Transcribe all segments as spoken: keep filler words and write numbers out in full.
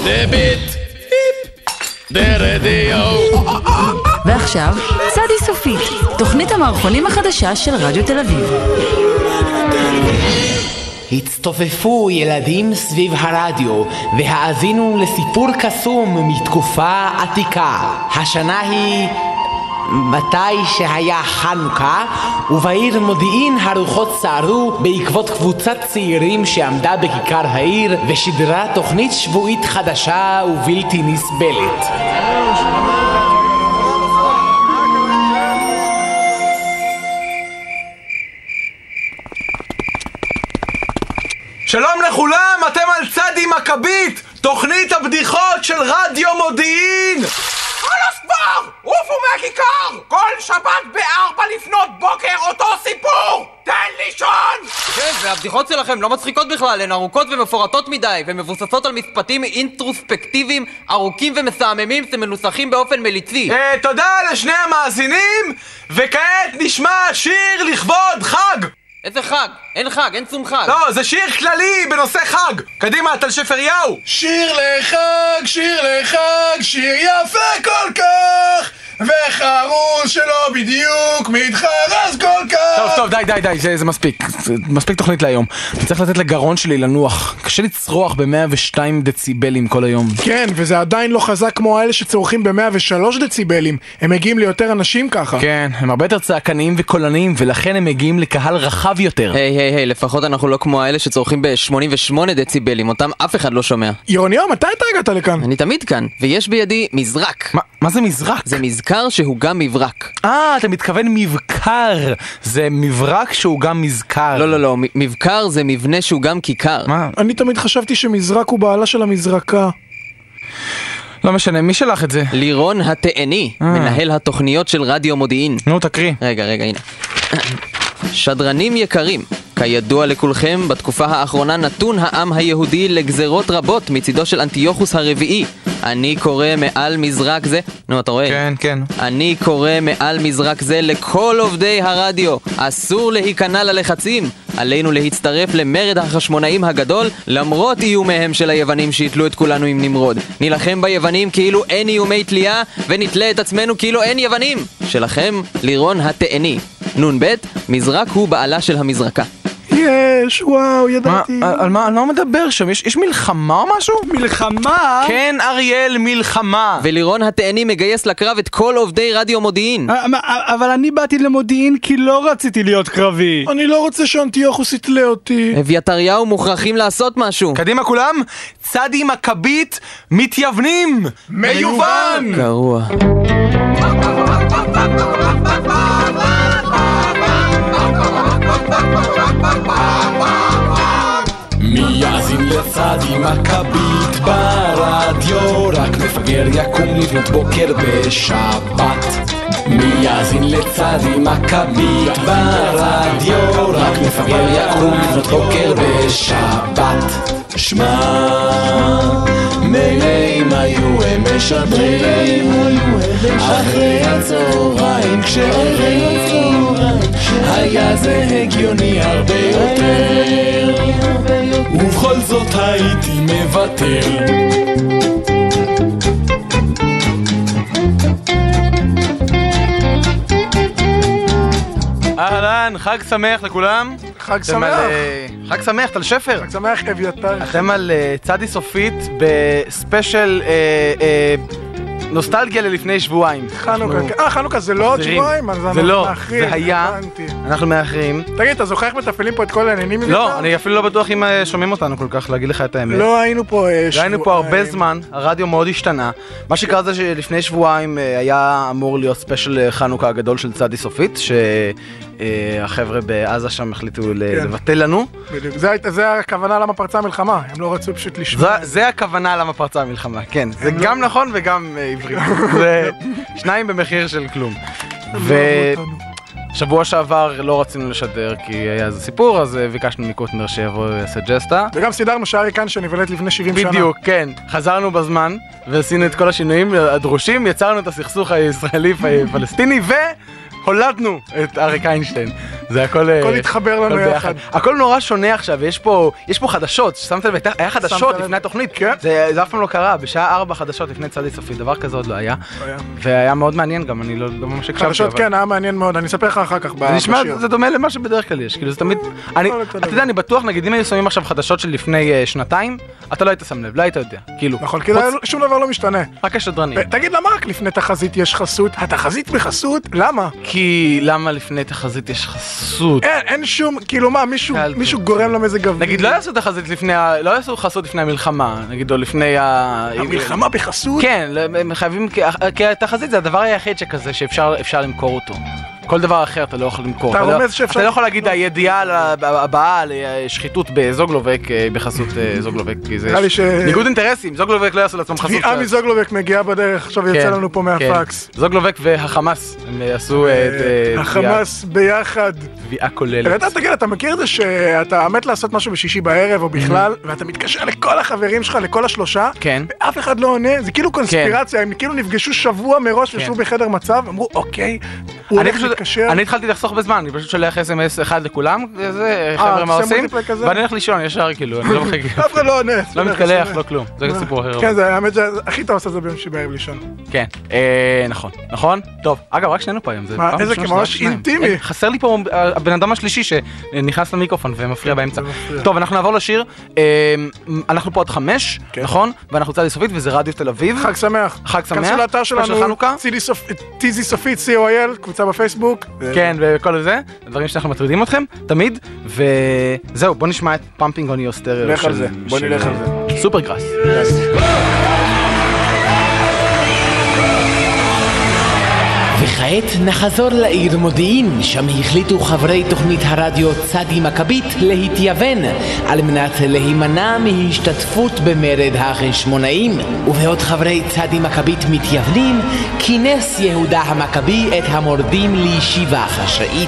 דביט, דרדיו. ועכשיו, צדי סופית, תוכנית המערכונים החדשה של רדיו תל אביב. הצטופפו ילדים סביב הרדיו והאזינו לסיפור קסום מתקופה עתיקה. השנה היא מתי שהיה חנוכה, ובעיר מודיעין הרוחות סערו בעקבות קבוצת צעירים שעמדה בכיכר העיר ושידרה תוכנית שבועית חדשה ובלתי נסבלת. שלום לכולם, אתם על צדי מכבית, תוכנית הבדיחות של רדיו מודיעין. חלאס כבר! עופו מהכיכר! כל שבת בארבע לפנות בוקר אותו סיפור! תן לישון! כן, והבדיחות שלכם לא מצחיקות בכלל, הן ארוכות ומפורטות מדי ומבוססות על משפטים אינטרוספקטיביים ארוכים ומסעממים שמנוסחים באופן מליצי. אה, תודה לשני המאזינים, וכעת נשמע שיר לכבוד חג. איזה חג? אין חג, אין שום חג. לא, זה שיר כללי בנושא חג. קדימה, תל שפריהו. שיר לחג, שיר לחג, שיר יפה כל כך, וחרוס שלא בדיוק מתחרז כל כך. טוב, טוב, די, די, די, זה, זה מספיק. זה מספיק תוכנית להיום. אני צריך לתת לגרון שלי לנוח. קשה לצרוח ב-מאה ושתיים דציבלים כל היום. כן, וזה עדיין לא חזק כמו האלה שצורכים ב-מאה ושלוש דציבלים. הם מגיעים ליותר אנשים ככה. כן, הם הרבה יותר צעקניים וקולניים, ולכן הם מגיעים לקהל רחב יותר. היי, היי, היי, לפחות אנחנו לא כמו האלה שצורכים ב-שמונים ושמונה דציבלים, אותם אף אחד לא שומע. ירוניו, מתי אתה הגעת לכאן? אני תמיד כאן, ויש בידי מזרק. מה, מה זה מזרק? זה מזכר שהוא גם מברק. אה, אתה מתכוון מבקר. זה מברק שהוא גם מזכר. לא, לא, לא, מבקר זה מבנה שהוא גם כיכר. מה? אני תמיד חשבתי שמזרק הוא בעלה של המזרקה. לא משנה, מי שלח את זה? לירון התאני, מנהל התוכניות של רדיו מודיעין. נו, תקריא. רגע, רגע, הנה. שדרנים יקרים, כידוע לכולכם, בתקופה האחרונה נתון העם היהודי לגזרות רבות מצידו של אנטיוכוס הרביעי. אני קורא מעל מזרק זה, נו אתה רואה? כן, כן. אני קורא מעל מזרק זה לכל עובדי הרדיו, אסור להיכנע ללחצים, עלינו להצטרף למרד החשמונאים הגדול, למרות איומיהם של היוונים שיתלו את כולנו עם נמרוד. נילחם ביוונים כאילו אין איומי תלייה, ונתלה את עצמנו כאילו אין יוונים. שלכם, לירון התאני. נון ב', מזרק הוא בעלה של המזרקה. יש, וואו, ידעתי. מה, על, על מה, על מה הוא מדבר שם? יש, יש מלחמה או משהו? מלחמה? כן, אריאל, מלחמה. ולירון התאני מגייס לקרב את כל עובדי רדיו מודיעין. אבל אני באתי למודיעין כי לא רציתי להיות קרבי. אני לא רוצה שאנטיוכוס יתלה אותי. אביתריהו מוכרחים לעשות משהו. קדימה כולם, צדי מכבית מתייוונים. מיובן! גרוע. מי יאזין לצדי מכבית ברדיו, רק מפגר יקום לפנות בוקר בשבת. מי יאזין לצדי מכבית ברדיו, רק מפגר יקום לפנות בוקר בשבת. שמע, מלאים היו הם משדרים, אחרי הצהריים כשערים היה זה הגיוני הרבה יותר, ובכל זאת הייתי מוותר. אהלן, חג שמח לכולם. חג שמח. על, uh, חג שמח, תל שפר. חג שמח, אביתר. אתם על uh, צדי סופית בספיישל uh, uh, נוסטלגיה ללפני שבועיים. חנוכה. אה, חנוכה זה לא עוד שבועיים? זה לא, זה היה. אנחנו מאחרים. תגיד, אתה זוכר איך מטפלים פה את כל העניינים? לא, אני אפילו לא בטוח אם שומעים אותנו כל כך, להגיד לך את האמת. לא היינו פה שבועיים. לא היינו פה הרבה זמן, הרדיו מאוד השתנה. מה שקרה זה שלפני שבועיים היה אמור להיות ספיישל חנוכה הגדול של צדי סופית, שהחבר'ה בעזה שם החליטו לבטל לנו. בדיוק, זה הכוונה למה פרצה המלחמה, הם לא רצו פשוט לשמוע. זה הכוונה למה פרצה המלחמה, כן. זה גם נכון וגם עברית. זה שניים במחיר של כלום. שבוע שעבר לא רצינו לשדר כי היה איזה סיפור, אז ביקשנו מקוטנר שיבוא ויעשה ג'סטה. וגם סידרנו שארי כאן שנבלט לפני שבעים שנה. בדיוק, כן. חזרנו בזמן ועשינו את כל השינויים הדרושים, יצרנו את הסכסוך הישראלי-פלסטיני והולדנו את אריק איינשטיין. זה הכל... הכל התחבר לנו יחד. הכל נורא שונה עכשיו, יש פה, יש פה חדשות, שמת לב, היה חדשות לפני התוכנית. זה אף פעם לא קרה, בשעה ארבע חדשות לפני צדי סופית, דבר כזה עוד לא היה. והיה מאוד מעניין גם, אני לא ממש הקשבתי. חדשות כן, היה מעניין מאוד, אני אספר לך אחר כך בשיר. זה נשמע, זה דומה למה שבדרך כלל יש, כאילו זה תמיד... אתה יודע, אני בטוח, נגיד, אם היו שמים עכשיו חדשות של לפני שנתיים, אתה לא היית שם לב, לא היית יודע, כאילו. נכון, כי שום דבר לא משתנה. רק השדרנים. תגיד, למה רק לפני תחזית יש חסות? התחזית בחסות? למה? כי למה לפני תחזית יש חסות? אין, אין שום, כאילו מה, מישהו, מישהו גורם למזג אוויר. נגיד, לא יעשו תחזית לפני, לא יעשו חסות לפני המלחמה, נגיד, או לפני ה... המלחמה בחסות? כן, הם חייבים, כי התחזית זה הדבר היחיד שכזה שאפשר למכור אותו. כל דבר אחר אתה לא יכול למכור. אתה לא יכול להגיד הידיעה הבאה על שחיתות בזוגלובק בחסות זוגלובק, כי זה ניגוד אינטרסים, זוגלובק לא יעשו לעצמם חסות. תביעה מזוגלובק מגיעה בדרך, עכשיו יצא לנו פה מהפקס. זוגלובק והחמאס, הם עשו את... החמאס ביחד. תביעה כוללת. ואתה תגיד, אתה מכיר את זה שאתה מת לעשות משהו בשישי בערב או בכלל, ואתה מתקשר לכל החברים שלך, לכל השלושה, ואף אחד לא עונה, זה כאילו קונספירציה, הם כאילו נפגשו שבוע מראש ושבו בחדר מצב, אמרו, אוקיי, הוא הולך להתקשר. אני התחלתי לחסוך בזמן, אני פשוט שולח אס אם אס אחד לכולם, זה חבר'ה מה עושים, ואני הולך לישון ישר כאילו, אני לא מחכה. אף אחד לא עונה. לא מתקלח, לא כלום, זה סיפור אחר. כן, זה האמת שהכי טוב עושה זה ביום שבערב לישון. כן, נכון, נכון? טוב, אגב, רק שנינו פה היום, זה פעם איזה ממש אינטימי. חסר לי פה הבן אדם השלישי שנכנס למיקרופון ומפריע באמצע. טוב, אנחנו נעבור לשיר, אנחנו פה עד חמש, נכון? ואנחנו צדי סופית וזה רדיו תל אביב. חג שמח. חג שמח. כנסו לאתר שלנו, טיזי סופית, סי או אל, קבוצה בפייסבוק. כן, וכל זה, דברים שאנחנו מטרידים אתכם, תמיד, וזהו, בוא נשמע את Pumping on Your Stereo. נלך על זה, בוא נלך על זה. סופרגראס. וכעת נחזור לעיר מודיעין, שם החליטו חברי תוכנית הרדיו צדי מכבית להתייוון על מנת להימנע מהשתתפות במרד החשמונאים. ובעוד חברי צדי מכבית מתייוונים, כינס יהודה המכבי את המורדים לישיבה חשאית.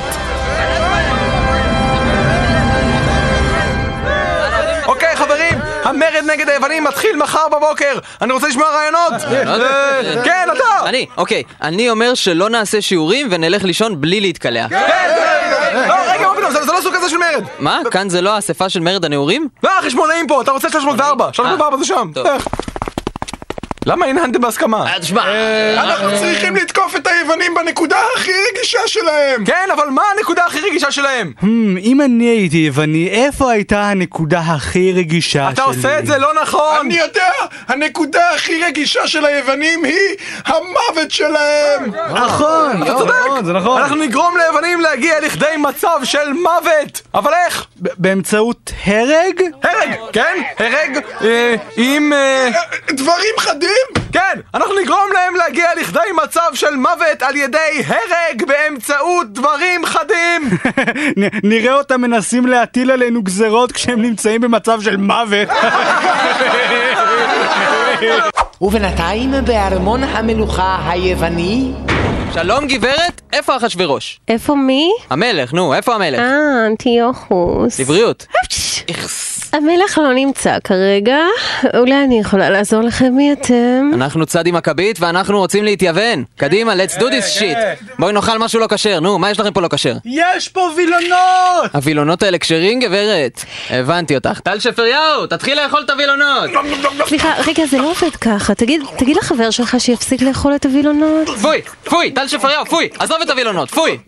אוקיי חברים, המרד נגד היוונים מתחיל מחר בבוקר. אני רוצה לשמוע רעיונות. כן, אתה. אני, אוקיי. אני אומר שלא נעשה שיעורים ונלך לישון בלי להתקלח. לא, רגע, מה פתאום, זה לא סוג כזה של מרד. מה? כאן זה לא האספה של מרד הנעורים? לא, החשמונאים פה, אתה רוצה שלוש מאות וארבע. שלוש מאות וארבע זה שם. למה הנהנתם בהסכמה? תשמע, אנחנו צריכים לתקוף את היוונים בנקודה הכי רגישה שלהם. כן, אבל מה הנקודה הכי רגישה שלהם? אם אני הייתי יווני, איפה הייתה הנקודה הכי רגישה שלי? אתה עושה את זה לא נכון. אני יודע, הנקודה הכי רגישה של היוונים היא המוות שלהם. נכון, זה נכון. אנחנו נגרום ליוונים להגיע לכדי מצב של מוות. אבל איך? באמצעות הרג? הרג, כן, הרג עם... דברים חדים? כן, אנחנו נגרום להם להגיע לכדי מצב של מוות על ידי הרג באמצעות דברים חדים. נראה אותם מנסים להטיל עלינו גזרות כשהם נמצאים במצב של מוות. ובינתיים בארמון המלוכה היווני... שלום גברת, איפה אחשוורוש? איפה מי? המלך, נו, איפה המלך? אה, אנטיוכוס. לבריאות. המלך לא נמצא כרגע, אולי אני יכולה לעזור לכם, מי אתם? אנחנו צדי מכבית ואנחנו רוצים להתייוון. קדימה, let's do this shit. בואי נאכל משהו לא כשר, נו, מה יש לכם פה לא כשר? יש פה וילונות! הווילונות האלה כשרים, גברת? הבנתי אותך. טל שפריהו, תתחיל לאכול את הווילונות! סליחה, רגע, זה לא עובד ככה. תגיד, תגיד לחבר שלך שיפסיק לאכול את הווילונות. פוי, פוי, טל שפריהו, פוי, עזוב את הווילונות, פוי!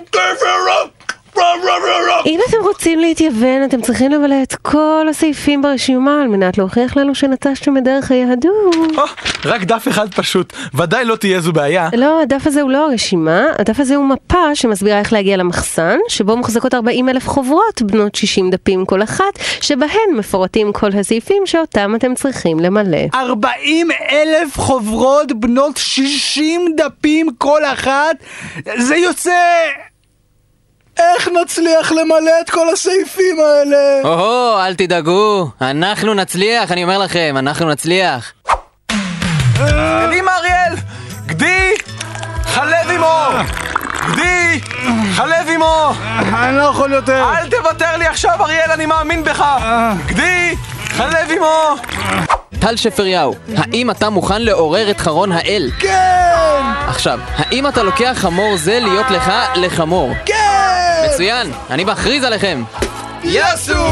אם אתם רוצים להתייוון, אתם צריכים למלא את כל הסעיפים ברשימה על מנת להוכיח לנו שנטשתם את דרך היהדות. רק דף אחד פשוט, ודאי לא תהיה זו בעיה. לא, הדף הזה הוא לא הרשימה, הדף הזה הוא מפה שמסבירה איך להגיע למחסן, שבו מוחזקות ארבעים אלף חוברות בנות שישים דפים כל אחת, שבהן מפורטים כל הסעיפים שאותם אתם צריכים למלא. ארבעים אלף חוברות בנות שישים דפים כל אחת? זה יוצא... איך נצליח למלא את כל הסעיפים האלה? או, אל תדאגו, אנחנו נצליח, אני אומר לכם, אנחנו נצליח. קדימה אריאל, גדי, חלב עמו! גדי, חלב עמו! אני לא יכול יותר. אל תוותר לי עכשיו אריאל, אני מאמין בך! גדי, חלב עמו! טל שפריהו, האם אתה מוכן לעורר את חרון האל? כן! עכשיו, האם אתה לוקח חמור זה להיות לך לחמור? כן! מצוין, אני מכריז עליכם. יסו!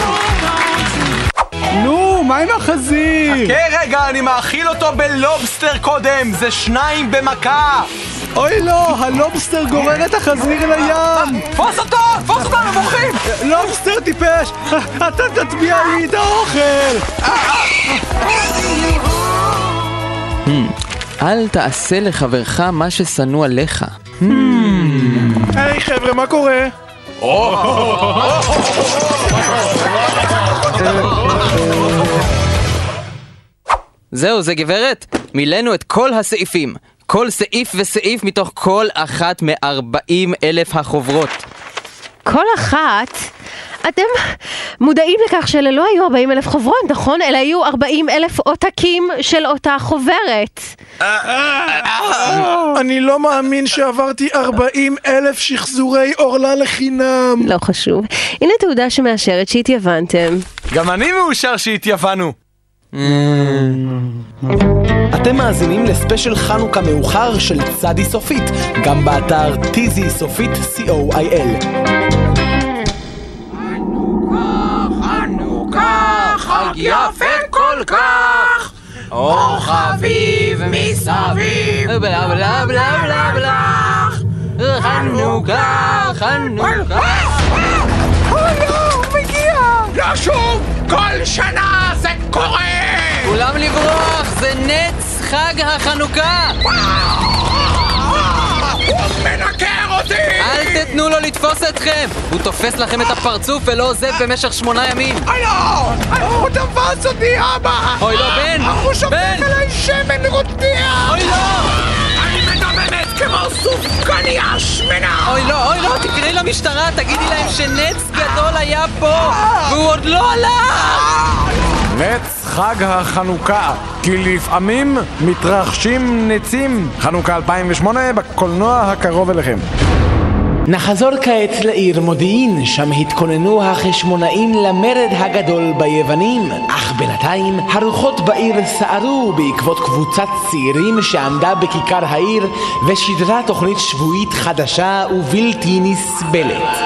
נו, מה עם החזיר? חכה רגע, אני מאכיל אותו בלובסטר קודם, זה שניים במכה. אוי לא, הלובסטר גורר את החזיר אל הים. תפוס אותו, תפוס אותו, מבורכים. לובסטר טיפש, אתה תטביע לי את האוכל. אל תעשה לחברך מה ששנוא עליך. היי חבר'ה, מה קורה? זהו, זה גברת, מילאנו את כל הסעיפים, כל סעיף וסעיף מתוך כל אחת מ-ארבעים אלף החוברות. כל אחת? אתם מודעים לכך שאלה לא היו ארבעים אלף חוברות, נכון? אלה היו ארבעים אלף עותקים של אותה חוברת. אני לא מאמין שעברתי ארבעים אלף שחזורי אורלה לחינם. לא חשוב. הנה תעודה שמאשרת שהתייוונתם. גם אני מאושר שהתייוונו. אתם מאזינים לספיישל חנוכה מאוחר של צדי סופית, גם באתר טיזי סופית סי או איי אל. חג יפה כל כך, אור חביב מסביב, בלה בלה בלה בלה בלה, חנוכה, חנוכה. אוי לא, הוא מגיע! לא שוב, כל שנה זה קורה! כולם לברוח, זה נץ חג החנוכה! הוא מנקר אותי! אל תתנו לו לתפוס אתכם! הוא תופס לכם את הפרצוף ולא עוזב במשך שמונה ימים! אוי לא! הוא תפס אותי, אבא! אוי לא, בן! הוא שופך עליי שמן רותח! אוי לא! אני מדממת כמו סופגניה שמנה! אוי לא, אוי לא, תקראי למשטרה, תגידי להם שנץ גדול היה פה והוא עוד לא הלך! נץ חג החנוכה, כי לפעמים מתרחשים נצים. חנוכה אלפיים ושמונה בקולנוע הקרוב אליכם. נחזור כעת לעיר מודיעין, שם התכוננו החשמונאים למרד הגדול ביוונים. אך בינתיים הרוחות בעיר סערו בעקבות קבוצת צעירים שעמדה בכיכר העיר ושידרה תוכנית שבועית חדשה ובלתי נסבלת.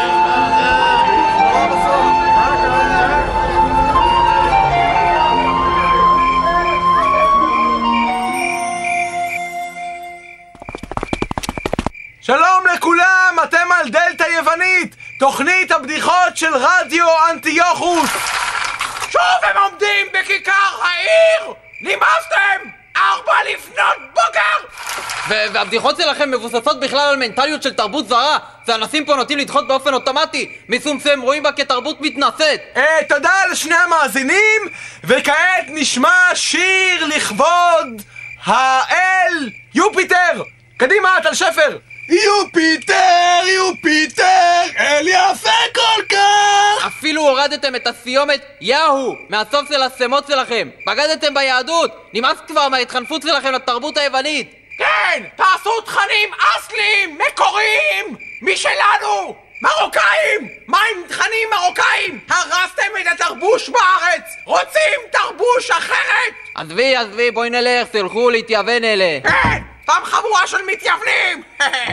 שלום לכולם, אתם על דלתא יוונית, תוכנית הבדיחות של רדיו אנטיוכוס. שוב הם עומדים בכיכר העיר! נמאסתם! ארבע לפנות בוקר! והבדיחות שלכם מבוססות בכלל על מנטליות של תרבות זרה. והאנשים פה נוטים לדחות באופן אוטומטי משום שהם רואים בה כתרבות מתנשאת. אה, תודה לשני המאזינים, וכעת נשמע שיר לכבוד האל יופיטר. קדימה, טל שפר. יופיטר, יופיטר, אל יפה כל כך! אפילו הורדתם את הסיומת יהו מהסוף של השמות שלכם. בגדתם ביהדות. נמאס כבר מההתחנפות שלכם לתרבות היוונית. כן, תעשו תכנים אסליים, מקוריים, משלנו, מרוקאים. מה עם תכנים מרוקאים? הרסתם את התרבוש בארץ. רוצים תרבוש אחרת? עזבי, עזבי, בואי נלך, תלכו להתייוון אלה. כן, סתם חבורה של מתייוונים.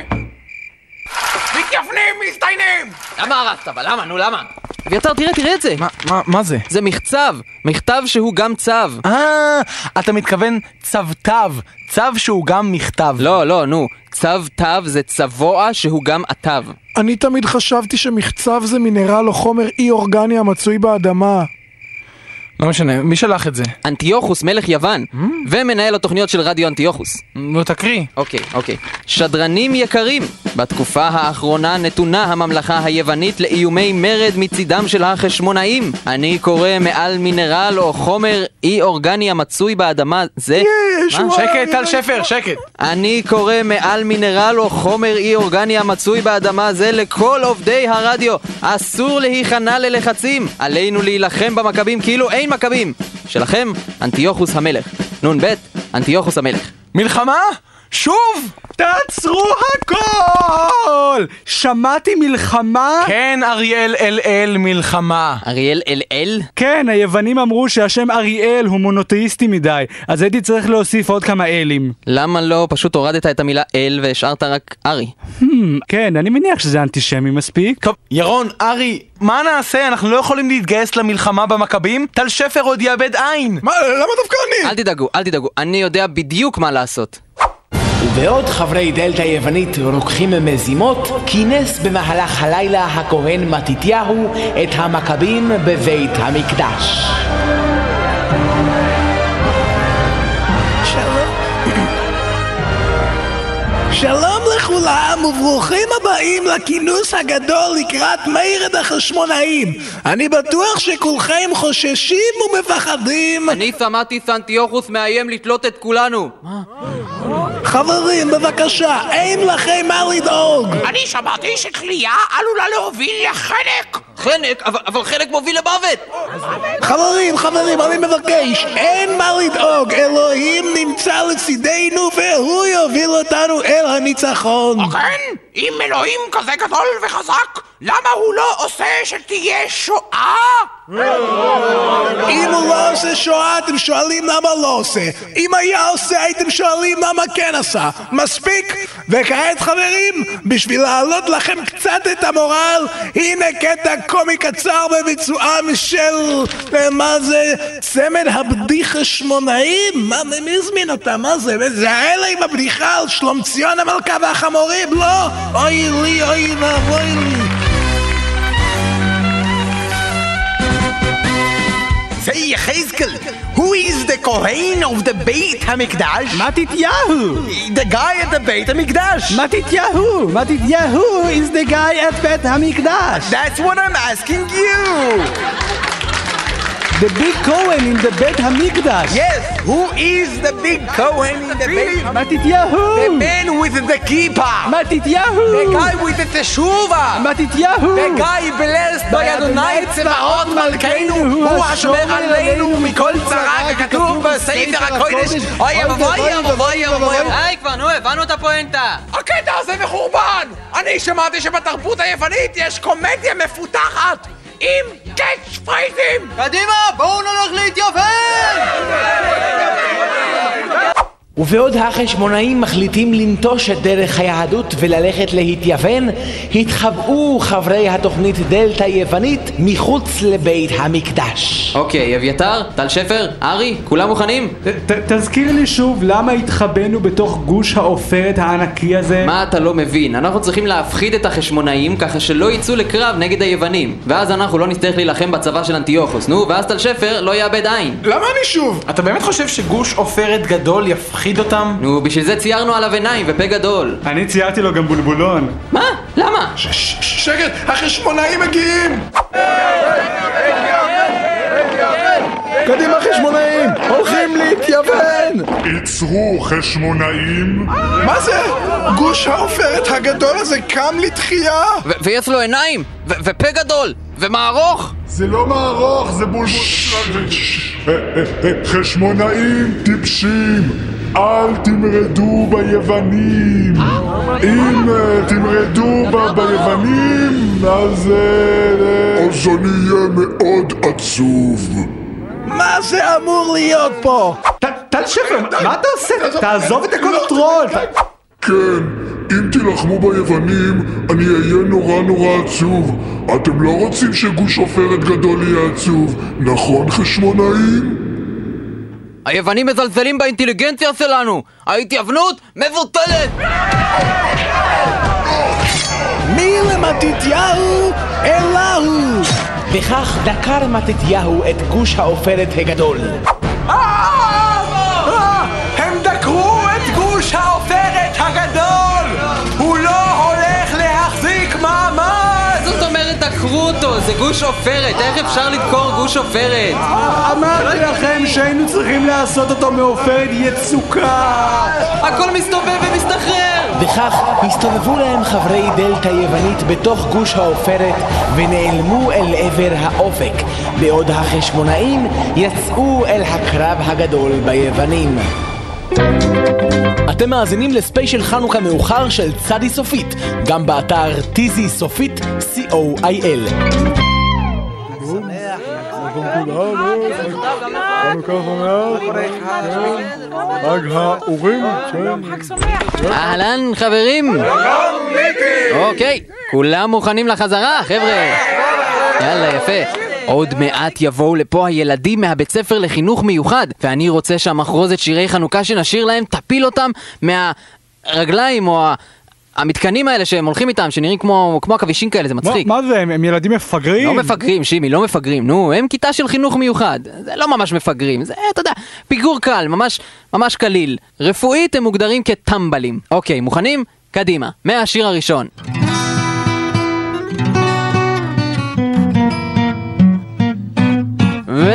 מתייוונים מזדיינים. למה הרסת? אבל למה? נו למה? אביתר, תראה, תראה את זה. מה, מה, מה זה? זה מכתב. מכתב שהוא גם צו. אה, אתה מתכוון צוותיו. צו שהוא גם מכתב. לא, לא, נו. צו תו זה צבוע שהוא גם עטב. אני תמיד חשבתי שמחצב זה מינרל או חומר אי אורגני המצוי באדמה. לא משנה, מי שלח את זה? אנטיוכוס, מלך יוון, mm? ומנהל התוכניות של רדיו אנטיוכוס. נו, תקריא. אוקיי, אוקיי. שדרנים יקרים, בתקופה האחרונה נתונה הממלכה היוונית לאיומי מרד מצידם של החשמונאים. אני קורא מעל מינרל או חומר אי אורגני המצוי באדמה זה... מה? שקט, טל שפר, שקט. אני קורא מעל מינרל או חומר אי אורגני המצוי באדמה זה לכל עובדי הרדיו. אסור להיכנע ללחצים. עלינו להילחם במכבים כאילו אין מכבים. שלכם, אנטיוכוס המלך. נון ב', אנטיוכוס המלך. מלחמה? שוב! תעצרו הכל! שמעתי מלחמה? כן, אריאל אל אל מלחמה. אריאל אל אל? כן, היוונים אמרו שהשם אריאל הוא מונותאיסטי מדי, אז הייתי צריך להוסיף עוד כמה אלים. למה לא פשוט הורדת את המילה אל והשארת רק ארי? Hmm, כן, אני מניח שזה אנטישמי מספיק. טוב, ירון, ארי, מה נעשה? אנחנו לא יכולים להתגייס למלחמה במכבים? טל שפר עוד יאבד עין. מה, למה דווקא אני? אל תדאגו, אל תדאגו, אני יודע בדיוק מה לעשות. ובעוד חברי דלתא יוונית רוקחים מזימות, כינס במהלך הלילה הכהן מתתיהו את המכבים בבית המקדש. שלום לכולם וברוכים הבאים לכינוס הגדול לקראת מרד החשמונאים. אני בטוח שכולכם חוששים ומפחדים. אני שמעתי סנטיוכוס מאיים לתלות את כולנו. חברים, בבקשה, אין לכם מה לדאוג. אני שמעתי שתלייה עלולה להוביל לחנק. חנק? אבל, אבל חנק מוביל למוות. חברים, חברים, אני מבקש, אין מה לדאוג. אלוהים נמצא לצידנו והוא יוביל אותנו אל הניצחון. כן? אם אלוהים כזה גדול וחזק, למה הוא לא עושה שתהיה שואה? אם הוא לא עושה שואה, אתם שואלים למה לא עושה. אם היה עושה, הייתם שואלים למה כן עשה. מספיק? וכעת חברים, בשביל להעלות לכם קצת את המורל, הנה קטע קומי קצר בביצועם של... מה זה? צמד הבדיחה חשמונאים? מה, מי הזמין אותם? מה זה? זה האלה עם הבדיחה על שלומציון המלכה והחמורים? לא! אוי לי, אוי ואבוי לי. Say Yechezkel, who is the Kohen of the Beit HaMikdash? מתתיהו! The guy at the Beit HaMikdash. מתתיהו! מתתיהו is the guy at בית המקדש. That's what I'm asking you. The big Cohen in the בית המקדש. Yes, who is the big Cohen in the Beit HaMikdash? מתתיהו! The man with the kippah. מתתיהו! The guy with the teshuvah. מתתיהו! The guy blessed by Adonai צבאות מלכנו, הוא השומר עלינו מכל צרה, ככתוב בספר הקודש. אוי אבוי אבוי אבוי. היי כבר, נו, הבנו את הפואנטה. הקטע הזה מחורבן. אני שמעתי שבתרבות היוונית יש קומדיה מפותחת עם קאץ' פרייזים. קדימה, בואו נלך להתייוון! ובעוד החשמונאים מחליטים לנטוש את דרך היהדות וללכת להתייוון, התחבאו חברי התוכנית דלתא יוונית מחוץ לבית המקדש. אוקיי, אביתר, טל שפר, ארי, כולם מוכנים? תזכיר לי שוב למה התחבאנו בתוך גוש העופרת הענקי הזה? מה אתה לא מבין? אנחנו צריכים להפחיד את החשמונאים ככה שלא יצאו לקרב נגד היוונים, ואז אנחנו לא נצטרך להילחם בצבא של אנטיוכוס, נו, ואז טל שפר לא יאבד עין. למה אני שוב? אתה באמת חושב שגוש עופרת גדול יפחיד אותם? נו, בשביל זה ציירנו עליו עיניים ופה גדול. אני ציירתי לו גם בולבולון. מה? למה? שקט, החשמונאים מגיעים! קדימה חשמונאים, הולכים להתייוון! עצרו חשמונאים! מה זה? גוש העופרת הגדול הזה קם לתחייה? ויש לו עיניים, ופה גדול, ומערוך! זה לא מערוך, זה בולבול... חשמונאים טיפשים! אל תמרדו ביוונים! אם תמרדו ביוונים, אז... אז אני אהיה מאוד עצוב. מה זה אמור להיות פה? טל שפר, מה אתה עושה? תעזוב את הקונטרול! כן, אם תילחמו ביוונים, אני אהיה נורא נורא עצוב. אתם לא רוצים שגוש עופרת גדול יהיה עצוב, נכון חשמונאים? היוונים מזלזלים באינטליגנציה שלנו! ההתייוונות מבוטלת! מי למתתיהו אלוהו! וכך דקר מתתיהו את גוש העופרת הגדול. הם דקרו את גוש העופרת הגדול! הוא לא הולך להחזיק מעמד! זאת אומרת דקרו אותו, זה גוש עופרת, איך אפשר לדקור גוש עופרת? אמרתי לכם שהיינו צריכים לעשות אותו מעופרת יצוקה! הכל מסתובב ומסתחרר! וכך הסתובבו להם חברי דלתא יוונית בתוך גוש העופרת ונעלמו אל עבר האופק, בעוד החשמונאים יצאו אל הקרב הגדול ביוונים. אתם מאזינים לספיישל חנוכה מאוחר של צדי סופית, גם באתר טיזי סופית סי או איי אל. חג האורים. אהלן חברים. אוקיי, כולם מוכנים לחזרה חבר'ה? יאללה יפה. עוד מעט יבואו לפה הילדים מהבית ספר לחינוך מיוחד, ואני רוצה שהמחרוזת שירי חנוכה שנשיר להם תפיל אותם מהרגליים או המתקנים האלה שהם הולכים איתם, שנראים כמו, כמו הכבישים כאלה, זה מצחיק. מה, מה זה? הם, הם ילדים מפגרים? לא מפגרים, שימי, לא מפגרים. נו, הם כיתה של חינוך מיוחד. זה לא ממש מפגרים, זה, אתה יודע, פיגור קל, ממש, ממש קליל. רפואית הם מוגדרים כטמבלים. אוקיי, מוכנים? קדימה, מהשיר הראשון. ו...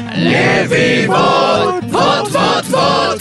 לביבות, פות פות פות,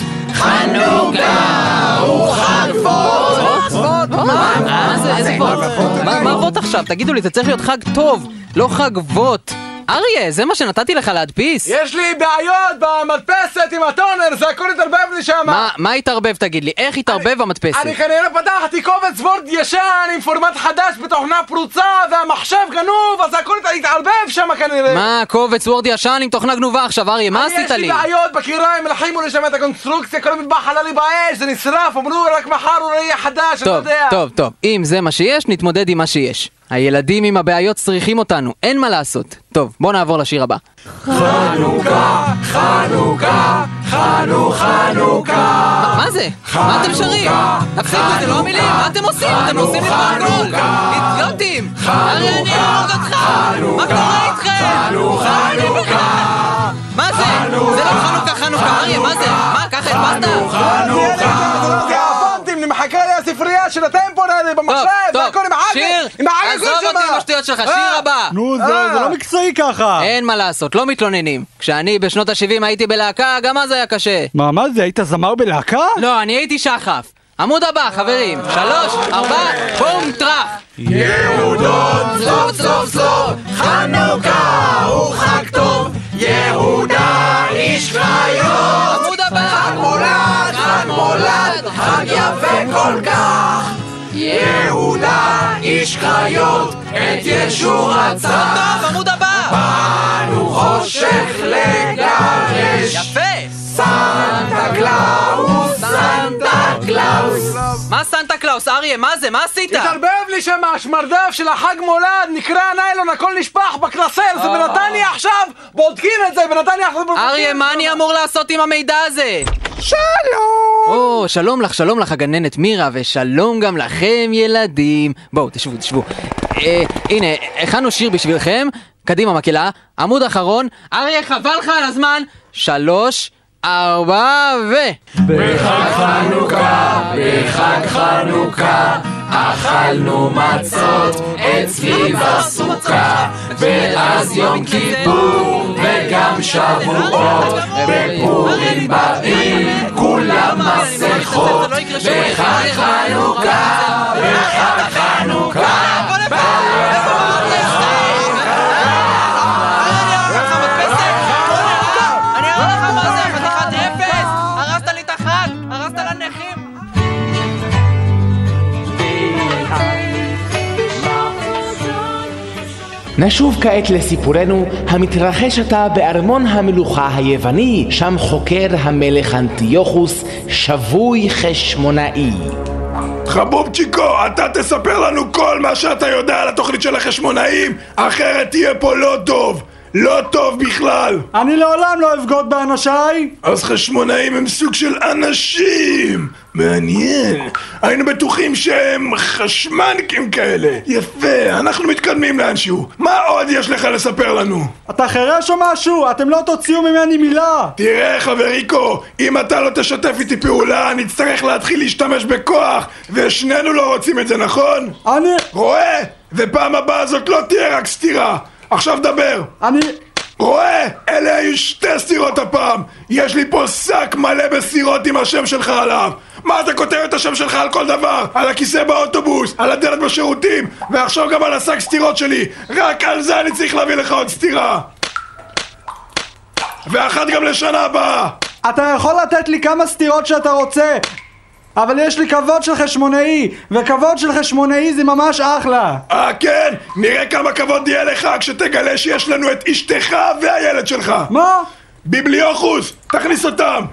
חנוכה הוא חג פות. פות? מה זה? איזה פות? מה פות עכשיו? תגידו לי, זה צריך להיות חג טוב, לא חג פות. אריה, זה מה שנתתי לך להדפיס. יש לי בעיות במדפסת עם הטונר, זה הכל התערבב לי שם. מה, מה התערבב תגיד לי? איך התערבב המדפסת? אני כנראה פתחתי קובץ וורד ישן עם פורמט חדש בתוכנה פרוצה והמחשב גנוב, אז הכל התערבב שם כנראה. מה, קובץ וורד ישן עם תוכנה גנובה עכשיו, אריה, מה עשית לי? יש לי בעיות בקיריים, מלחימו לי שם את הקונסטרוקציה, כל המטבח עלה לי באש, זה נשרף, אמרו רק מחר הוא יהיה חדש, אני יודע. טוב, טוב, אם זה מה שיש, נתמודד עם מה שיש. הילדים עם הבעיות צריכים אותנו, אין מה לעשות. טוב, בוא נעבור לשיר הבא. חנוכה, חנוכה, חנו חנוכה. מה זה? מה אתם שרים? תפסיקו, זה לא המילים, מה אתם עושים? אתם עושים לי פרקול. אידיוטים. הרי אני ארוג אותך. מה קורה איתכם? חנוכה. מה זה? זה לא חנוכה, חנוכה. אריה, מה זה? מה, ככה הדפסת? חנוכה. זה הפונטים, נמחקה לי הספרייה של הטמפור האלה במחשב. טוב, טוב, שיר, עזוב אותי עם השטויות שלך, שיר הבא. נו, זה לא מקצועי ככה. אין מה לעשות, לא מתלוננים. כשאני בשנות ה-שבעים הייתי בלהקה, גם אז היה קשה. מה, מה זה? היית זמר בלהקה? לא, אני הייתי שחף. עמוד הבא, חברים. שלוש, ארבע, בום, טרח. יהודות, סוף סוף סוף, חנוכה הוא חג טוב. יהודה איש חיות. עמוד הבא. חג מולד, חג מולד, חג יפה כל כך. יהודה איש חיות, את ישור רצה. טוב, עמוד הבא. באנו חושך לגרש. יפה. סנטה קלאוס, סנטה קלאוס. מה סנטה קלאוס, אריה? מה זה? מה עשית? התערבב לי שם השמרדף של החג מולד, נקרא ניילון, הכל נשפח בקלסר, זה בנתניה עכשיו, בודקים את זה, בנתניה עכשיו בודקים. אריה, מה אני אמור לעשות עם המידע הזה? שלום! או, שלום לך, שלום לך הגננת מירה, ושלום גם לכם ילדים. בואו, תשבו, תשבו. אה, הנה, הכנו שיר בשבילכם. קדימה מקהלה, עמוד אחרון. אריה, חבל לך על הזמן. שלוש, ארבע ו... בחג חנוכה, בחג חנוכה, אכלנו מצות אצלי בסוכה, ואז יום כיפור וגם שבועות, בפורים באים כולם מסכות. בחג חנוכה, בחג חנוכה. נשוב כעת לסיפורנו המתרחש עתה בארמון המלוכה היווני, שם חוקר המלך אנטיוכוס שבוי חשמונאי. חבובצ'יקו, אתה תספר לנו כל מה שאתה יודע על התוכנית של החשמונאים, אחרת תהיה פה לא טוב. לא טוב בכלל. אני לעולם לא אבגוד באנשיי. אז חשמונאים הם סוג של אנשים. מעניין. היינו בטוחים שהם חשמנקים כאלה. יפה, אנחנו מתקדמים לאנשהו. מה עוד יש לך לספר לנו? אתה חרש או משהו? אתם לא תוציאו ממני מילה. תראה חבריקו, אם אתה לא תשתף איתי פעולה, נצטרך להתחיל להשתמש בכוח, ושנינו לא רוצים את זה, נכון? אני... רואה? ופעם הבאה זאת לא תהיה רק סתירה. עכשיו דבר. אני... רואה? אלה היו שתי סתירות הפעם. יש לי פה שק מלא בסתירות עם השם שלך עליו. מה אתה כותב את השם שלך על כל דבר? על הכיסא באוטובוס, על הדלת בשירותים, ועכשיו גם על השק סתירות שלי. רק על זה אני צריך להביא לך עוד סתירה. ואחת גם לשנה הבאה. אתה יכול לתת לי כמה סתירות שאתה רוצה, אבל יש לי כבוד של חשמונאי, וכבוד של חשמונאי זה ממש אחלה. אה כן? נראה כמה כבוד יהיה לך כשתגלה שיש לנו את אשתך והילד שלך. מה? ביבליוכוס, תכניס אותם.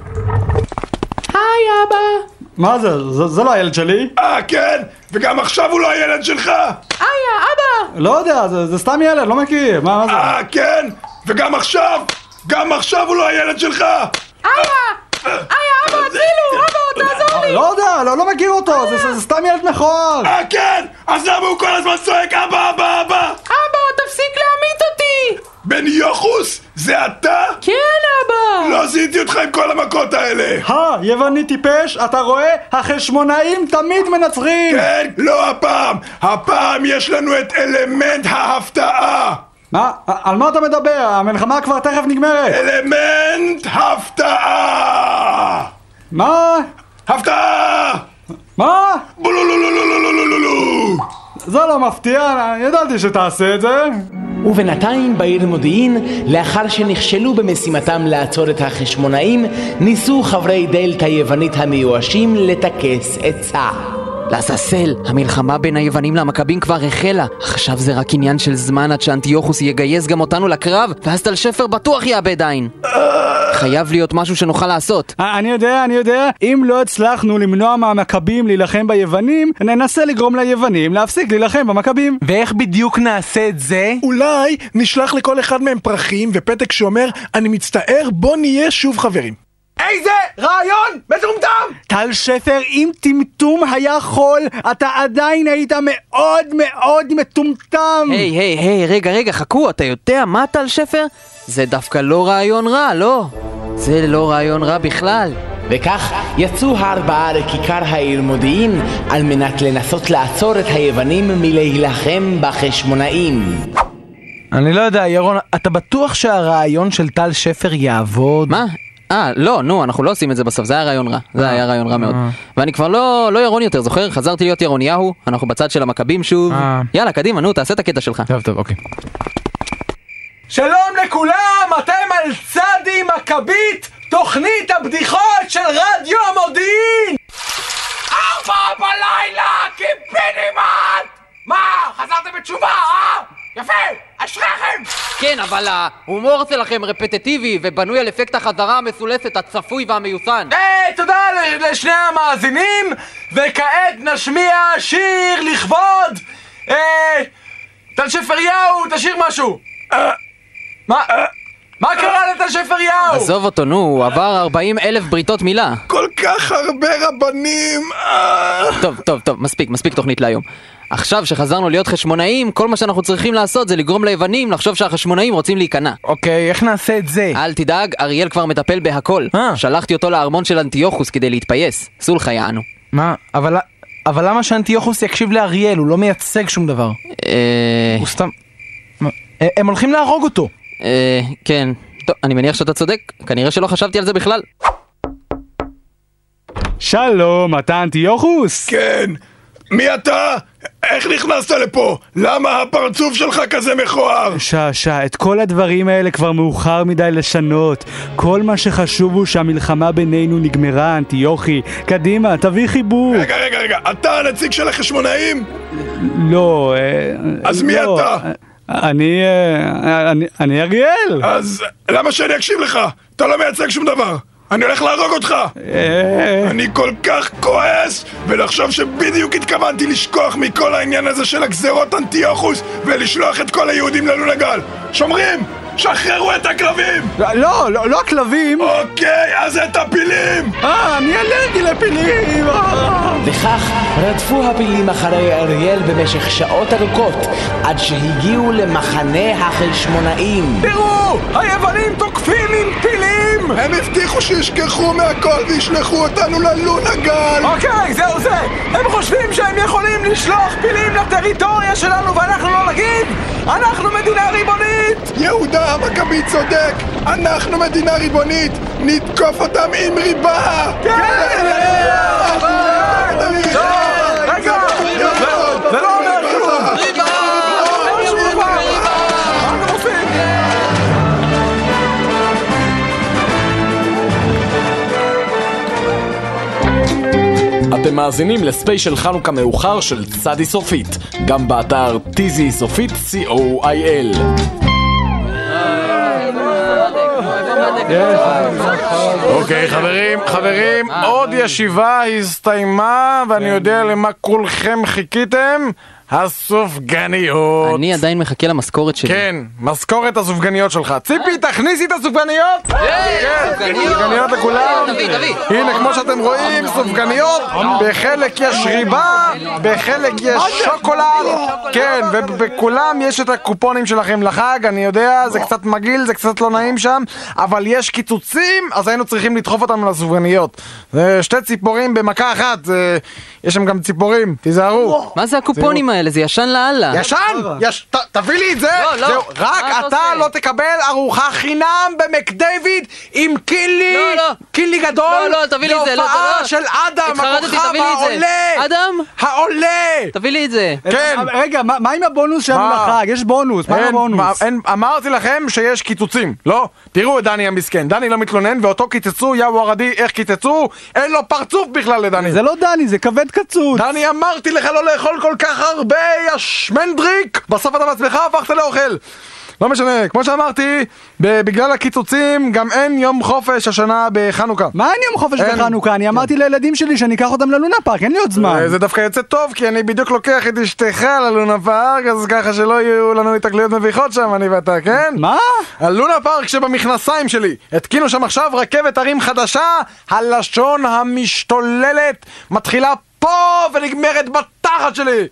היי אבא. מה זה? זה, זה לא הילד שלי. אה כן? וגם עכשיו הוא לא הילד שלך? היי אבא. לא יודע, זה, זה סתם ילד, לא מכיר. מה, מה זה? אה כן? וגם עכשיו? גם עכשיו הוא לא הילד שלך? אבא! היי אבא, הצילו! אבא, תעזור לי! לא יודע, לא, לא מכיר אותו, זה, זה, זה סתם ילד מכוער. אה כן? אז למה הוא כל הזמן צועק אבא, אבא, אבא? אבא, תפסיק להמית אותי! בן יוחוס? זה אתה? כן אבא! לא זיהיתי אותך עם כל המכות האלה. הא, יווני טיפש, אתה רואה? החשמונאים תמיד מנצחים. כן, לא הפעם. הפעם יש לנו את אלמנט ההפתעה. מה? על מה אתה מדבר? המלחמה כבר תכף נגמרת. אלמנט הפתעה! מה? הפתעה! מה? בולולולולולולולולולו! זה לא מפתיע, ידעתי שתעשה את זה. ובינתיים בעיר מודיעין, לאחר שנכשלו במשימתם לעצור את החשמונאים, ניסו חברי דלתא היוונית המיואשים לטכס עצה. לעזאזל, המלחמה בין היוונים למכבים כבר החלה. עכשיו זה רק עניין של זמן עד שאנטיוכוס יגייס גם אותנו לקרב, ואז טל שפר בטוח יאבד עין. חייב להיות משהו שנוכל לעשות. אני יודע, אני יודע. אם לא הצלחנו למנוע מהמכבים להילחם ביוונים, ננסה לגרום ליוונים להפסיק להילחם במכבים. ואיך בדיוק נעשה את זה? אולי נשלח לכל אחד מהם פרחים ופתק שאומר, אני מצטער, בוא נהיה שוב חברים. איזה רעיון מטומטם! טל שפר, אם טמטום היה חול, אתה עדיין היית מאוד מאוד מטומטם. היי, היי, היי, רגע, רגע, חכו, אתה יודע מה טל שפר? זה דווקא לא רעיון רע, לא? זה לא רעיון רע בכלל. וכך יצאו הארבעה לכיכר העיר מודיעין על מנת לנסות לעצור את היוונים מלהילחם בחשמונאים. אני לא יודע, ירון, אתה בטוח שהרעיון של טל שפר יעבוד? מה? אה, לא, נו, אנחנו לא עושים את זה בסוף, זה היה רעיון רע, זה היה רעיון רע מאוד. ואני כבר לא, לא ירון יותר, זוכר? חזרתי להיות ירוניהו, אנחנו בצד של המכבים שוב. יאללה, קדימה, נו, תעשה את הקטע שלך. טוב, טוב, אוקיי. שלום לכולם, אתם על צדי מכבית, תוכנית הבדיחות של רדיו המודיעין! ארבע בלילה, קיפינימט! מה, חזרתם בתשובה, אה? יפה, אשריכם! כן, אבל ההומור שלכם רפטטיבי ובנוי על אפקט החזרה המסולסת, הצפוי והמיוסן. היי, תודה לשני המאזינים, וכעת נשמיע שיר לכבוד! אה... טל שפריהו, תשאיר משהו! מה? מה קרה לטל שפריהו? עזוב אותו, נו, הוא עבר ארבעים אלף בריתות מילה. כל כך הרבה רבנים! טוב, טוב, טוב, מספיק, מספיק תוכנית להיום. עכשיו שחזרנו להיות חשמונאים, כל מה שאנחנו צריכים לעשות זה לגרום ליוונים לחשוב שהחשמונאים רוצים להיכנע. אוקיי, איך נעשה את זה? אל תדאג, אריאל כבר מטפל בהכל. שלחתי אותו לארמון של אנטיוכוס כדי להתפייס. סולחה יענו. מה? אבל, אבל למה שאנטיוכוס יקשיב לאריאל? הוא לא מייצג שום דבר. אה... הוא סתם... הם הולכים להרוג אותו. אה... כן. טוב, אני מניח שאתה צודק. כנראה שלא חשבתי על זה בכלל. שלום, אתה אנטיוכוס? כן. מי אתה? איך נכנסת לפה? למה הפרצוף שלך כזה מכוער? שע, שע, את כל הדברים האלה כבר מאוחר מדי לשנות. כל מה שחשוב הוא שהמלחמה בינינו נגמרה, אנטיוכי. קדימה, תביא חיבור. רגע, רגע, רגע, אתה הנציג של החשמונאים? לא, אז מי לא, אתה? אני, אני, אני אריאל. אז למה שאני אקשיב לך? אתה לא מייצג שום דבר. אני הולך להרוג אותך! אני כל כך כועס, ולחשוב שבדיוק התכוונתי לשכוח מכל העניין הזה של הגזרות אנטיוכוס ולשלוח את כל היהודים ללונגל. שומרים! שחררו את הכלבים! לא, לא, לא הכלבים! אוקיי, אז את הפילים! אה, אני אלרגי לפילים! וכך רדפו הפילים אחרי אריאל במשך שעות ארוכות עד שהגיעו למחנה החשמונאים. תראו! היוונים תוקפים עם פילים! הם הבטיחו שישכחו מהכל וישלחו אותנו ללונגל! אוקיי, זהו זה! הם חושבים שהם יכולים לשלוח פילים לטריטוריה שלנו ואנחנו לא נגיב? אנחנו מדינה ריבונית! יהודה המכבי צודק! אנחנו מדינה ריבונית! נתקוף אותם עם ריבה! כן! רגע! זה לא אומר כלום! ריבה! אתם מאזינים לספיישל חנוכה מאוחר של צדי סופית, גם באתר טיזי סופית סי או איי אל. אוקיי, חברים, חברים, עוד ישיבה הסתיימה, ואני יודע למה כולכם חיכיתם. הסופגניות. אני עדיין מחכה למשכורת שלי. כן, משכורת הסופגניות שלך. ציפי, תכניסי את הסופגניות. כן, סופגניות לכולם. הנה, כמו שאתם רואים, סופגניות. בחלק יש ריבה, בחלק יש שוקולד. כן, ובכולם יש את הקופונים שלכם לחג. אני יודע, זה קצת מגעיל, זה קצת לא נעים שם, אבל יש קיצוצים, אז היינו צריכים לדחוף אותם לסופגניות. זה שתי ציפורים במכה אחת. יש שם גם ציפורים, תיזהרו. מה זה הקופונים האלה? זה ישן לאללה. ישן? יש, ת, תביא לי את זה. לא, לא. זהו, רק אתה לא תקבל ארוחה חינם במקדייוויד עם קילי. לא, לא. קילי גדול. לא, לא, תביא לי את זה. להופעה של אדם, הכוכב העולה. אדם? העולה. תביא לי את זה. כן. רגע, מה עם הבונוס שלנו לחג? יש בונוס, מה עם הבונוס? אמרתי לכם שיש קיצוצים. לא? תראו את דני המסכן. דני לא מתלונן, ואותו קיצצו, יא וורדי, איך קיצצו? אין לו פרצוף בכלל לדני. זה לא דני, זה כבד קצוץ. דני, אמרתי לך לא לאכול כל כך הרבה, יא שמנדריק! בסוף אתה בעצמך הפכת לאוכל. לא משנה, כמו שאמרתי, בגלל הקיצוצים גם אין יום חופש השנה בחנוכה. מה אין יום חופש בחנוכה? אני אמרתי לילדים שלי שאני אקח אותם ללונה פארק, אין לי עוד זמן. זה דווקא יוצא טוב, כי אני בדיוק לוקח את אשתך ללונה פארק, אז ככה שלא יהיו לנו התקלויות מביכות שם, אני ואתה, כן? מה? הלונה פארק שבמכנסיים שלי. התקינו שם עכשיו רכבת הרים חדשה, הלשון המשתוללת מתחילה פה ונגמרת בתחת שלי.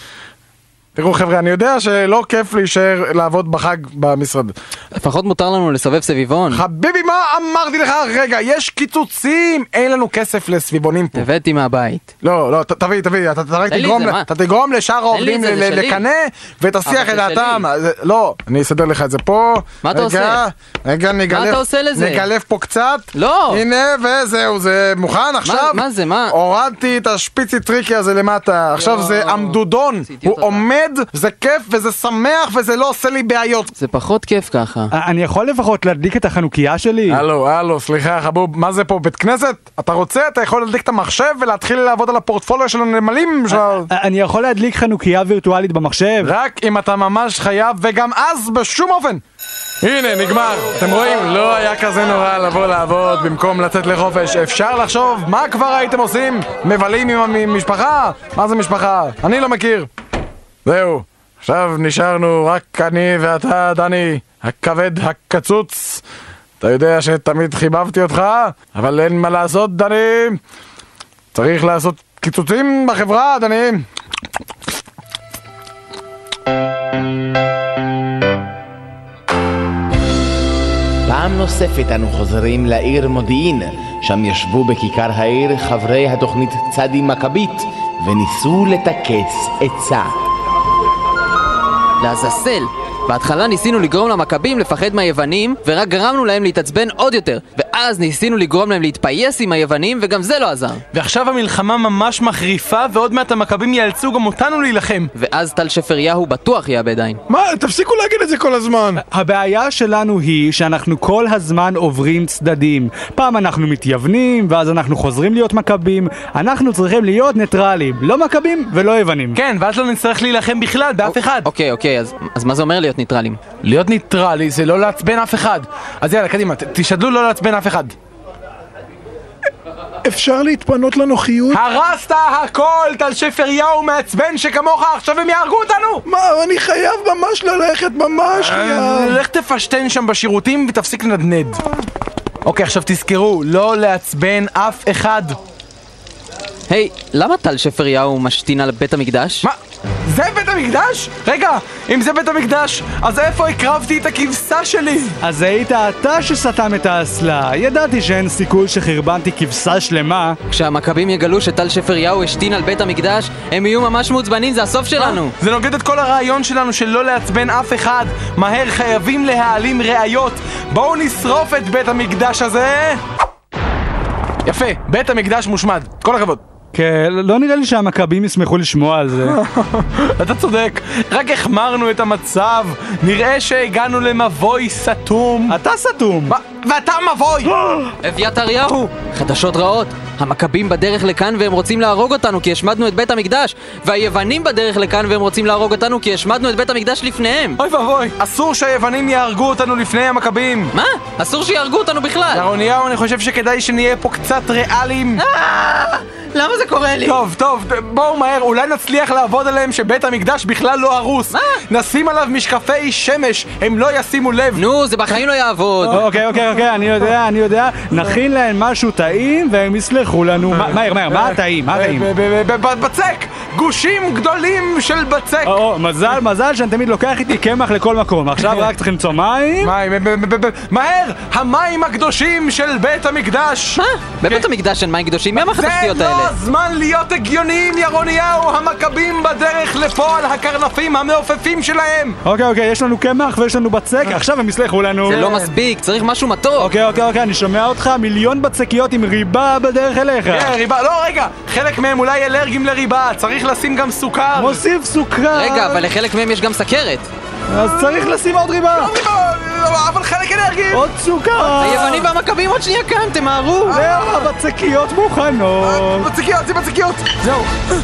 תראו חבר'ה, אני יודע שלא כיף להישאר לעבוד בחג במשרד. לפחות מותר לנו לסובב סביבון. חביבי, מה אמרתי לך? רגע, יש קיצוצים, אין לנו כסף לסביבונים פה. הבאתי מהבית. לא, לא, תביא, תביא, אתה תגרום לשאר העובדים לקנה ותסיח את דעתם. לא, אני אסדר לך את זה פה. מה אתה עושה? רגע, נגלף פה קצת. לא. הנה, וזהו, זה מוכן עכשיו. מה זה, מה? הורדתי את השפיצי טריקי הזה למטה. עכשיו זה עמדודון, הוא עומד. זה כיף וזה שמח וזה לא עושה לי בעיות. זה פחות כיף ככה. אני יכול לפחות להדליק את החנוכיה שלי? הלו, הלו, סליחה חבוב, מה זה פה, בית כנסת? אתה רוצה? אתה יכול להדליק את המחשב ולהתחיל לעבוד על הפורטפוליו של הנמלים? אני יכול להדליק חנוכיה וירטואלית במחשב? רק אם אתה ממש חייב, וגם אז בשום אופן. הנה, נגמר. אתם רואים? לא היה כזה נורא לבוא לעבוד במקום לצאת לחופש. אפשר לחשוב מה כבר הייתם עושים? מבלים עם המשפחה? מה זה משפחה? אני לא מכיר. זהו, עכשיו נשארנו רק אני ואתה, דני, הכבד הקצוץ. אתה יודע שתמיד חיבבתי אותך, אבל אין מה לעשות, דני. צריך לעשות קיצוצים בחברה, דני. פעם נוספת אנו חוזרים לעיר מודיעין. שם ישבו בכיכר העיר חברי התוכנית צדי מכבית וניסו לטכס עצה. לעזאזל, בהתחלה ניסינו לגרום למכבים לפחד מהיוונים, ורק גרמנו להם להתעצבן עוד יותר. ואז ניסינו לגרום להם להתפייס עם היוונים, וגם זה לא עזר. ועכשיו המלחמה ממש מחריפה, ועוד מעט המכבים יאלצו גם אותנו להילחם. ואז טל שפריהו בטוח יאבד עין. מה? תפסיקו להגיד את זה כל הזמן. הבעיה שלנו היא שאנחנו כל הזמן עוברים צדדים. פעם אנחנו מתייוונים, ואז אנחנו חוזרים להיות מכבים. אנחנו צריכים להיות ניטרלים, לא מכבים ולא יוונים. כן, ואז לא נצטרך להילחם בכלל באף אחד. אוקיי, אוקיי, אז, אז מה זה אומר להיות ניטרלים? להיות ניטרלי זה לא לעצבן אף אחד. אז יאללה, קדימה, תשדלו לא לעצבן אף אחד. אפשר להתפנות לנוחיות? הרסת הכל, טל שפריהו מעצבן שכמוך, עכשיו הם יהרגו אותנו! מה, אני חייב ממש ללכת, ממש חייב. לך תפשטן שם בשירותים ותפסיק לנדנד. אוקיי, עכשיו תזכרו, לא לעצבן אף אחד. היי, למה טל שפריהו משתין על בית המקדש? מה? זה בית המקדש? רגע, אם זה בית המקדש, אז איפה הקרבתי את הכבשה שלי? אז היית אתה שסתם את האסלה. ידעתי שאין סיכוי שחרבנתי כבשה שלמה. כשהמכבים יגלו שטל שפריהו השתין על בית המקדש, הם יהיו ממש מעוצבנים, זה הסוף שלנו. זה נוגד את כל הרעיון שלנו של לא לעצבן אף אחד. מהר, חייבים להעלים ראיות. בואו נשרוף את בית המקדש הזה. יפה, בית המקדש מושמד. כל הכבוד. כן, לא נראה לי שהמכבים ישמחו לשמוע על זה. אתה צודק, רק החמרנו את המצב. נראה שהגענו למבוי סתום. אתה סתום. ואתה מבוי! אביתריהו, חדשות רעות. המכבים בדרך לכאן והם רוצים להרוג אותנו כי השמדנו את בית המקדש, והיוונים בדרך לכאן והם רוצים להרוג אותנו כי השמדנו את בית המקדש לפניהם. אוי ואבוי, אסור שהיוונים יהרגו אותנו לפני המכבים. מה? אסור שיהרגו אותנו בכלל. ירמיהו, אני חושב שכדאי שנהיה פה קצת ריאליים. למה זה קורה לי? טוב, טוב, בואו מהר, אולי נצליח לעבוד עליהם שבית המקדש בכלל לא הרוס. מה? נשים עליו משקפי שמש, הם לא ישימו לב. נו, זה בחיים לא יעבוד. אוקיי, אוקיי, אוקיי, אני יודע, אני יודע. נכין להם משהו טעים והם יסלחו לנו. מהר, מהר, מה הטעים? מה הטעים? בצק! גושים גדולים של בצק! מזל, מזל שאני תמיד לוקח איתי קמח לכל מקום. עכשיו רק צריך למצוא מים. מים, מהר! המים הקדושים של בית המקדש! מה? בבית המקדש אין מים קדושים? מי אמר לך את השטויות האלה? זה לא הזמן להיות הגיוניים, ירמיהו! המכבים בדרך לפה על הקרנפים המעופפים שלהם! אוקיי, אוקיי, יש לנו קמח ויש לנו בצק, עכשיו הם יסלחו לנו. זה לא מספיק, צריך משהו מתוק. אוקיי, אוקיי, אוקיי, אני שומע אותך, מיליון בצקיות עם ריבה בדרך אליך. כן, ריבה, לא, רגע, חלק מהם אולי אלרגיים לריבה, צריך לשים גם סוכר. מוסיף סוכר. רגע, אבל לחלק מהם יש גם סכרת. אז צריך לשים עוד ריבה. עוד ריבה, אבל חלק אלרגיים. עוד סוכר. היוונים והמכבים עוד שנייה כאן, תמהרו. זהו, הבצקיות מוכנות. בצקיות, זה בצקיות. זהו.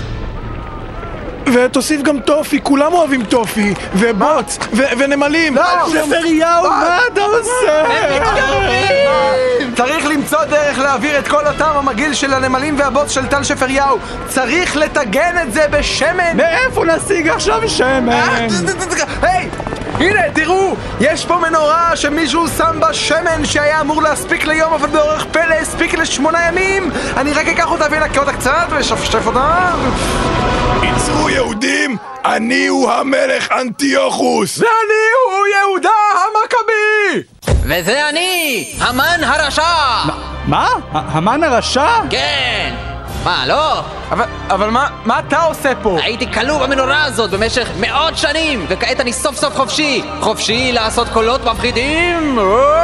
ותוסיף גם טופי, כולם אוהבים טופי, ובוץ, ונמלים. שפריהו, מה אתה עושה? הם מתקרבים! צריך למצוא דרך להעביר את כל הטעם המגעיל של הנמלים והבוץ של טל שפריהו. צריך לטגן את זה בשמן. מאיפה נשיג עכשיו שמן? היי! הנה, תראו! יש פה מנורה שמישהו שם בה שמן שהיה אמור להספיק ליום, אבל באורך פלא הספיק לשמונה ימים. אני רק אקח אותה וינקה אותה קצת ושפשף אותה. יצרו יהודים, אני הוא המלך אנטיוכוס. ואני הוא יהודה המכבי. וזה אני, המן הרשע. מה? המן הרשע? כן. מה, לא? אבל, אבל מה, מה אתה עושה פה? הייתי כלוא במנורה הזאת במשך מאות שנים, וכעת אני סוף סוף חופשי. חופשי לעשות קולות מפחידים.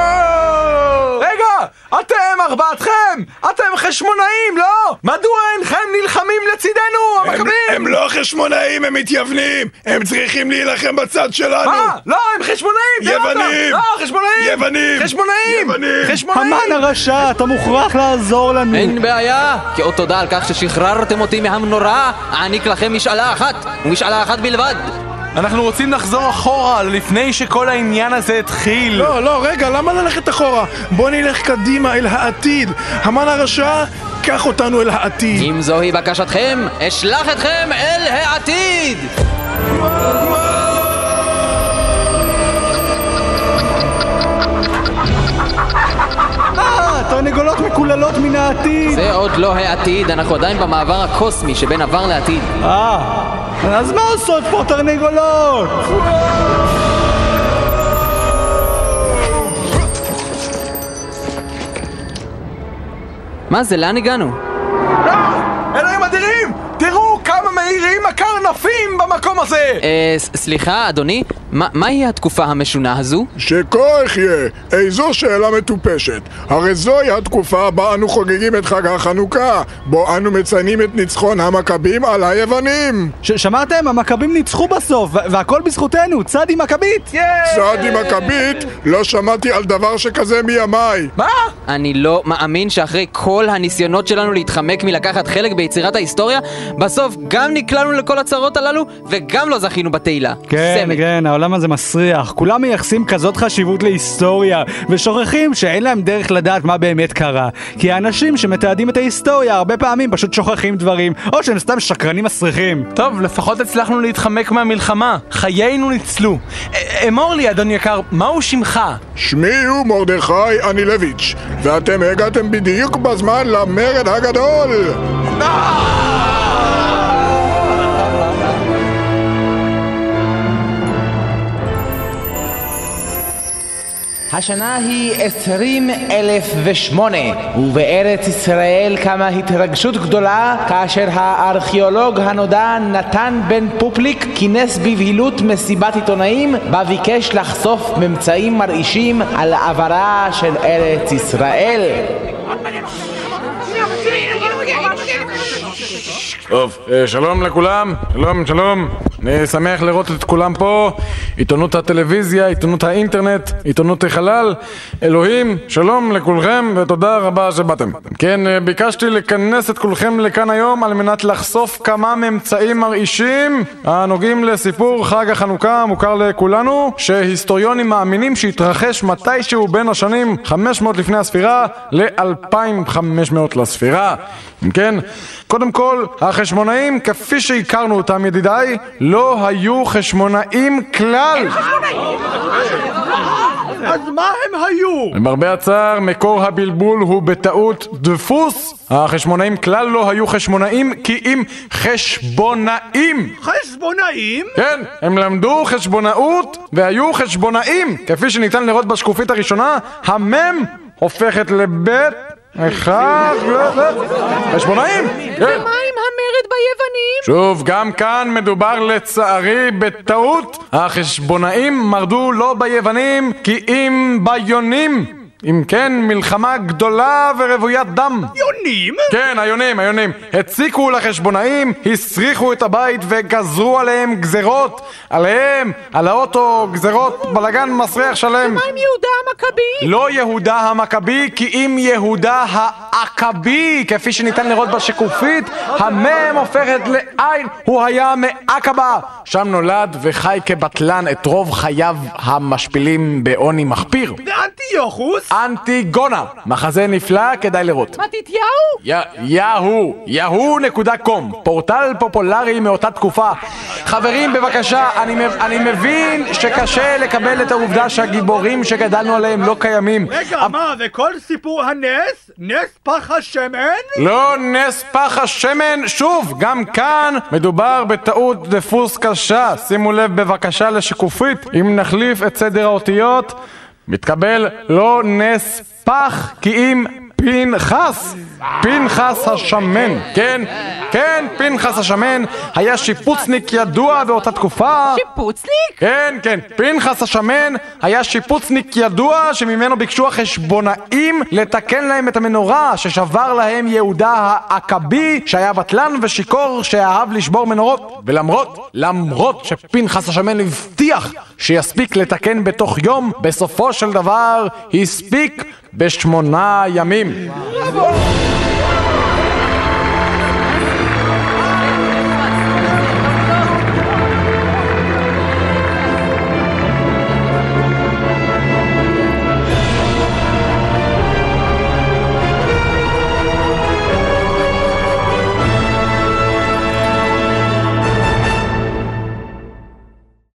רגע, אתם ארבעתכם, אתם חשמונאים, לא? מדוע אינכם נלחמים לצידנו, המכבים? הם, הם לא חשמונאים, הם מתייוונים. הם צריכים להילחם בצד שלנו. מה? לא, הם חשמונאים. יוונים. לא, חשמונאים. יוונים. חשמונאים. יוונים. חשמונאים. המן הרשע, אתה מוכרח לעזור לנו. אין בעיה, כאות תודה על כך ששחררתם אותי מהמנורה, אעניק לכם משאלה אחת, ומשאלה אחת בלבד. אנחנו רוצים לחזור אחורה, לפני שכל העניין הזה התחיל. לא, לא, רגע, למה ללכת אחורה? בוא נלך קדימה אל העתיד. המן הרשע, קח אותנו אל העתיד. אם זוהי בקשתכם, אשלח אתכם אל העתיד. תרנגולות מקוללות מן העתיד. זה עוד לא העתיד, אנחנו עדיין במעבר הקוסמי שבין עבר לעתיד. אה, אז מה עושות פה תרנגולות? מה זה, לאן הגענו? אלוהים אדירים! תראו כמה מהירים הקרנפים במקום הזה! אה, סליחה, אדוני, מהי התקופה המשונה הזו? שכה יחיה, איזו שאלה מטופשת. הרי זוהי התקופה בה אנו חוגגים את חג החנוכה, בו אנו מציינים את ניצחון המכבים על היוונים. שמעתם? המכבים ניצחו בסוף, והכל בזכותנו, צדי מכבית! צדי מכבית? לא שמעתי על דבר שכזה מימיי. מה? אני לא מאמין שאחרי כל הניסיונות שלנו להתחמק מלקחת חלק ביצירת ההיסטוריה, בסוף גם נקלענו לכל הצרות הללו וגם לא זכינו בתהילה. כן, כן, העולם הזה מסריח. כולם מייחסים כזאת חשיבות להיסטוריה ושוכחים שאין להם דרך לדעת מה באמת קרה. כי האנשים שמתעדים את ההיסטוריה הרבה פעמים פשוט שוכחים דברים, או שהם סתם שקרנים מסריחים. טוב, לפחות הצלחנו להתחמק מהמלחמה. חיינו ניצלו. אמור לי, אדון יקר, מהו שמך? שמי הוא מרדכי אנילביץ', ואתם הגעתם בדיוק בזמן למרד הגדול. השנה היא עשרים אלף ושמונה, ובארץ ישראל קמה התרגשות גדולה כאשר הארכיאולוג הנודע נתן בן פופליק כינס בבהילות מסיבת עיתונאים בה ביקש לחשוף ממצאים מרעישים על עברה של ארץ ישראל. טוב, שלום לכולם, שלום, שלום. אני שמח לראות את כולם פה. עיתונות הטלוויזיה, עיתונות האינטרנט, עיתונות החלל. אלוהים, שלום לכולכם ותודה רבה שבאתם. כן, ביקשתי לכנס את כולכם לכאן היום על מנת לחשוף כמה ממצאים מרעישים הנוגעים לסיפור חג החנוכה המוכר לכולנו, שהיסטוריונים מאמינים שהתרחש מתישהו בין השנים חמש מאות לפני הספירה ל-אלפיים וחמש מאות לספירה. אם כן, קודם כל, החשמונאים כפי שהכרנו אותם ידידיי לא היו חשמונאים כלל. אז מה הם היו? למרבה הצער, מקור הבלבול הוא בטעות דפוס. החשמונאים כלל לא היו חשמונאים כי אם חשבונאים. חשבונאים? כן, הם למדו חשבונאות והיו חשבונאים. כפי שניתן לראות בשקופית הראשונה, המם הופכת לבית אחד, חשבונאים? ומה עם המרד ביוונים? שוב, גם כאן מדובר לצערי בטעות. החשבונאים מרדו לא ביוונים כי אם ביונים. אם כן, מלחמה גדולה ורוויית דם. יונים? כן, היונים, היונים. הציקו לחשבונאים, הסריחו את הבית וגזרו עליהם גזרות. עליהם, על האוטו, גזרות, בלגן מסריח שלם. ומה עם יהודה המכבי? לא יהודה המכבי, כי אם יהודה העכבי, כפי שניתן לראות בשקופית, המם הופכת לעין, הוא היה מעקבה. שם נולד וחי כבטלן את רוב חייו המשפילים בעוני מחפיר. ואנטיוכוס? אנטיגונה, מחזה נפלא, כדאי לראות. מתתיהו? יהו, יהו נקודה קום, פורטל פופולרי מאותה תקופה. חברים, בבקשה, אני, אני מבין שקשה לקבל את העובדה שהגיבורים שגדלנו עליהם לא קיימים. רגע, אבל... מה, וכל סיפור הנס? נס פח השמן? לא נס פח השמן, שוב, גם כאן מדובר בטעות דפוס קשה. שימו לב בבקשה לשקופית, אם נחליף את סדר האותיות מתקבל לא נס פח כי אם פנחס, פנחס השמן. כן, כן, פנחס השמן היה שיפוצניק ידוע באותה תקופה. שיפוצניק? כן, כן, פנחס השמן היה שיפוצניק ידוע שממנו ביקשו החשבונאים לתקן להם את המנורה ששבר להם יהודה העכבי שהיה בטלן ושיקור שאהב לשבור מנורות. ולמרות, למרות שפנחס השמן הבטיח שיספיק לתקן בתוך יום, בסופו של דבר הספיק בשמונה ימים.